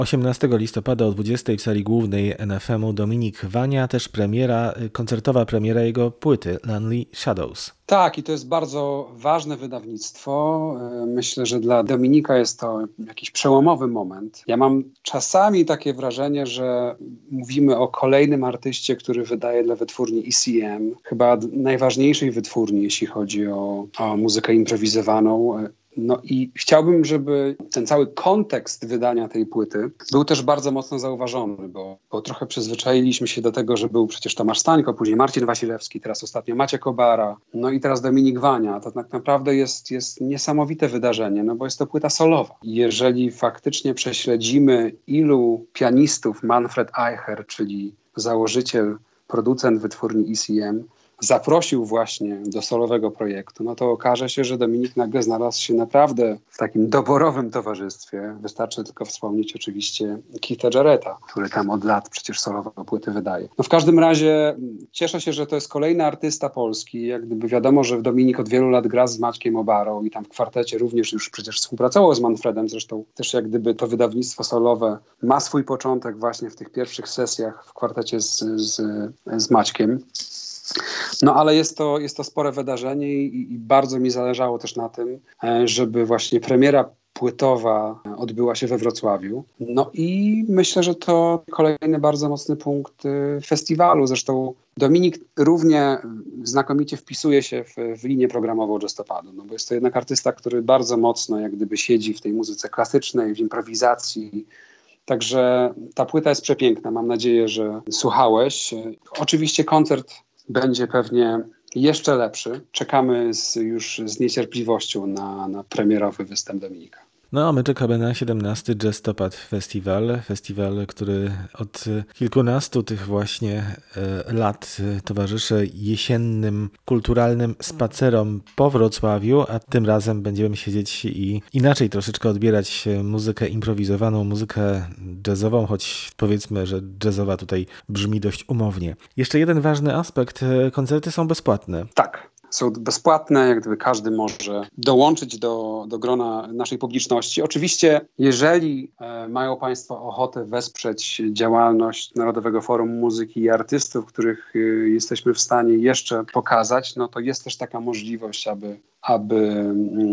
18 listopada o 20 w sali głównej NFM-u Dominik Wania, też koncertowa premiera jego płyty Lonely Shadows. Tak, i to jest bardzo ważne wydawnictwo. Myślę, że dla Dominika jest to jakiś przełomowy moment. Ja mam czasami takie wrażenie, że mówimy o kolejnym artyście, który wydaje dla wytwórni ECM, chyba najważniejszej wytwórni, jeśli chodzi o muzykę improwizowaną. No i chciałbym, żeby ten cały kontekst wydania tej płyty był też bardzo mocno zauważony, bo trochę przyzwyczailiśmy się do tego, że był przecież Tomasz Stańko, później Marcin Wasilewski, teraz ostatnio Maciek Obara, no i teraz Dominik Wania. To tak naprawdę jest niesamowite wydarzenie, no bo jest to płyta solowa. Jeżeli faktycznie prześledzimy, ilu pianistów Manfred Eicher, czyli założyciel, producent wytwórni ECM, zaprosił właśnie do solowego projektu, no to okaże się, że Dominik nagle znalazł się naprawdę w takim doborowym towarzystwie. Wystarczy tylko wspomnieć oczywiście Keitha Jarretta, który tam od lat przecież solowe płyty wydaje. No w każdym razie cieszę się, że to jest kolejny artysta polski. Jak gdyby wiadomo, że Dominik od wielu lat gra z Maćkiem Obarą i tam w kwartecie również już przecież współpracował z Manfredem. Zresztą też jak gdyby to wydawnictwo solowe ma swój początek właśnie w tych pierwszych sesjach w kwartecie z Maćkiem. No ale jest to spore wydarzenie i bardzo mi zależało też na tym, żeby właśnie premiera płytowa odbyła się we Wrocławiu. No i myślę, że to kolejny bardzo mocny punkt festiwalu. Zresztą Dominik równie znakomicie wpisuje się w linię programową Jazztopadu, no bo jest to jednak artysta, który bardzo mocno jak gdyby siedzi w tej muzyce klasycznej, w improwizacji. Także ta płyta jest przepiękna. Mam nadzieję, że słuchałeś. Oczywiście koncert będzie pewnie jeszcze lepszy. Czekamy już z niecierpliwością na premierowy występ Dominika. No a my czekamy na 17 Jazztopad Festiwal, który od kilkunastu tych właśnie lat towarzyszy jesiennym, kulturalnym spacerom po Wrocławiu, a tym razem będziemy siedzieć i inaczej troszeczkę odbierać muzykę improwizowaną, muzykę jazzową, choć powiedzmy, że jazzowa tutaj brzmi dość umownie. Jeszcze jeden ważny aspekt, koncerty są bezpłatne. Tak. Są bezpłatne, jak gdyby każdy może dołączyć do grona naszej publiczności. Oczywiście, jeżeli mają Państwo ochotę wesprzeć działalność Narodowego Forum Muzyki i artystów, których jesteśmy w stanie jeszcze pokazać, no to jest też taka możliwość, aby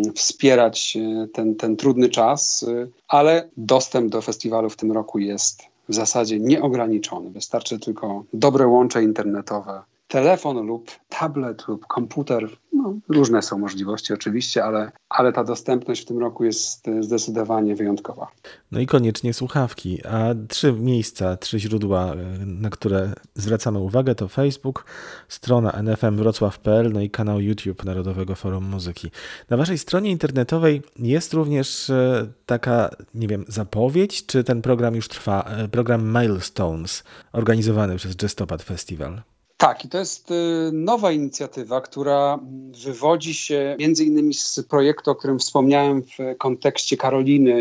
wspierać ten trudny czas, ale dostęp do festiwalu w tym roku jest w zasadzie nieograniczony. Wystarczy tylko dobre łącze internetowe, telefon lub tablet lub komputer. No, różne są możliwości oczywiście, ale ta dostępność w tym roku jest zdecydowanie wyjątkowa. No i koniecznie słuchawki. A 3 miejsca, 3 źródła, na które zwracamy uwagę, to Facebook, strona nfmwrocław.pl, no i kanał YouTube Narodowego Forum Muzyki. Na waszej stronie internetowej jest również taka, nie wiem, zapowiedź, czy ten program już trwa, program Milestones, organizowany przez Jazztopad Festival. Tak, i to jest nowa inicjatywa, która wywodzi się między innymi z projektu, o którym wspomniałem w kontekście Karoliny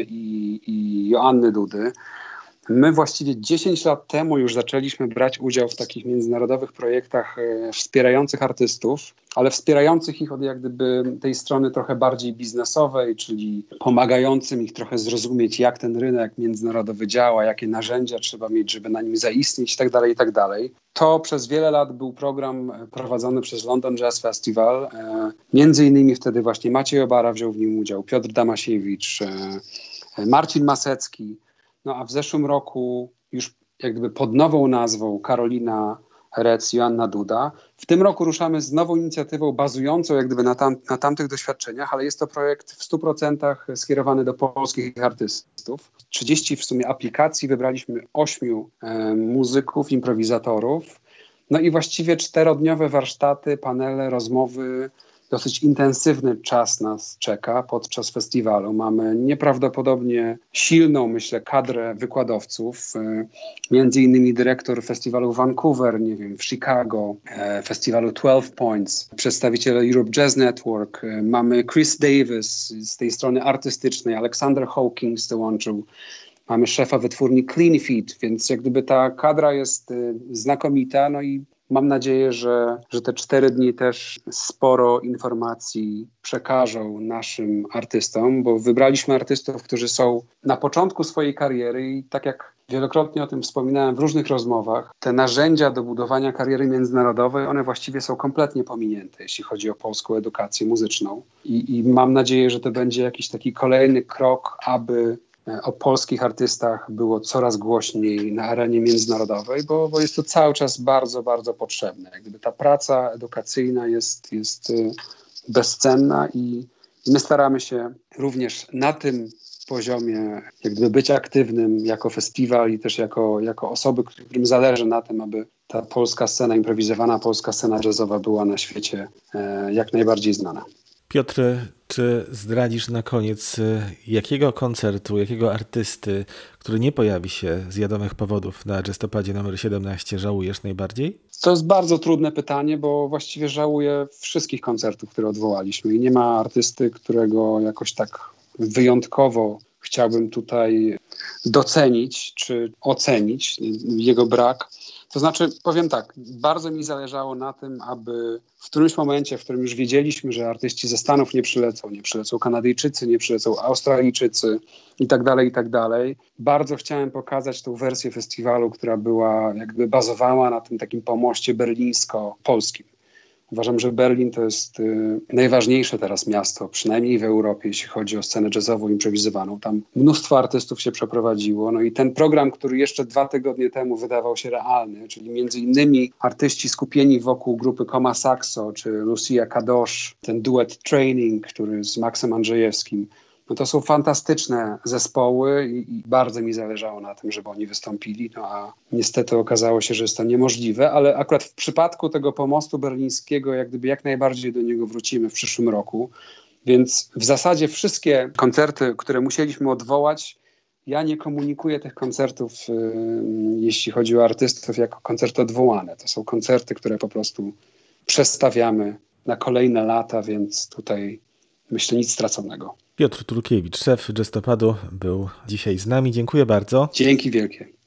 i Joanny Dudy. My właściwie 10 lat temu już zaczęliśmy brać udział w takich międzynarodowych projektach wspierających artystów, ale wspierających ich od jak gdyby tej strony trochę bardziej biznesowej, czyli pomagającym ich trochę zrozumieć, jak ten rynek międzynarodowy działa, jakie narzędzia trzeba mieć, żeby na nim zaistnieć itd., itd. To przez wiele lat był program prowadzony przez London Jazz Festival. Między innymi wtedy właśnie Maciej Obara wziął w nim udział, Piotr Damasiewicz, Marcin Masecki. No a w zeszłym roku już jak gdyby pod nową nazwą Karolina Rec, Joanna Duda. W tym roku ruszamy z nową inicjatywą bazującą jak gdyby na tamtych doświadczeniach, ale jest to projekt w 100% skierowany do polskich artystów. 30 w sumie aplikacji, wybraliśmy 8 muzyków, improwizatorów. No i właściwie 4-dniowe warsztaty, panele, rozmowy. Dosyć intensywny czas nas czeka podczas festiwalu. Mamy nieprawdopodobnie silną, myślę, kadrę wykładowców. Między innymi dyrektor festiwalu Vancouver, nie wiem, w Chicago, festiwalu 12 Points, przedstawiciele Europe Jazz Network. Mamy Chris Davis z tej strony artystycznej, Alexander Hawkins dołączył. Mamy szefa wytwórni Clean Feet, więc jak gdyby ta kadra jest znakomita, no i Mam nadzieję, że te 4 dni też sporo informacji przekażą naszym artystom, bo wybraliśmy artystów, którzy są na początku swojej kariery i tak jak wielokrotnie o tym wspominałem w różnych rozmowach, te narzędzia do budowania kariery międzynarodowej, one właściwie są kompletnie pominięte, jeśli chodzi o polską edukację muzyczną. I mam nadzieję, że to będzie jakiś taki kolejny krok, aby o polskich artystach było coraz głośniej na arenie międzynarodowej, bo jest to cały czas bardzo, bardzo potrzebne. Jak gdyby ta praca edukacyjna jest bezcenna i my staramy się również na tym poziomie jak gdyby być aktywnym jako festiwal i też jako osoby, którym zależy na tym, aby ta polska scena improwizowana, polska scena jazzowa była na świecie jak najbardziej znana. Piotr, czy zdradzisz na koniec, jakiego koncertu, jakiego artysty, który nie pojawi się z wiadomych powodów na Jazzopadzie numer 17, żałujesz najbardziej? To jest bardzo trudne pytanie, bo właściwie żałuję wszystkich koncertów, które odwołaliśmy i nie ma artysty, którego jakoś tak wyjątkowo chciałbym tutaj docenić czy ocenić jego brak. To znaczy, powiem tak, bardzo mi zależało na tym, aby w którymś momencie, w którym już wiedzieliśmy, że artyści ze Stanów nie przylecą Kanadyjczycy, nie przylecą Australijczycy i tak dalej, bardzo chciałem pokazać tą wersję festiwalu, która była jakby bazowała na tym takim pomoście berlińsko-polskim. Uważam, że Berlin to jest najważniejsze teraz miasto, przynajmniej w Europie, jeśli chodzi o scenę jazzową, improwizowaną. Tam mnóstwo artystów się przeprowadziło. No i ten program, który jeszcze 2 tygodnie temu wydawał się realny, czyli między innymi artyści skupieni wokół grupy Koma Saxo czy Lucia Kadosh, ten duet Training, który z Maxem Andrzejewskim. No to są fantastyczne zespoły i bardzo mi zależało na tym, żeby oni wystąpili, no a niestety okazało się, że jest to niemożliwe, ale akurat w przypadku tego pomostu berlińskiego jak najbardziej do niego wrócimy w przyszłym roku, więc w zasadzie wszystkie koncerty, które musieliśmy odwołać, ja nie komunikuję tych koncertów, jeśli chodzi o artystów, jako koncerty odwołane. To są koncerty, które po prostu przestawiamy na kolejne lata, więc tutaj myślę nic straconego. Piotr Turkiewicz, szef Jazzopadu, był dzisiaj z nami. Dziękuję bardzo. Dzięki wielkie.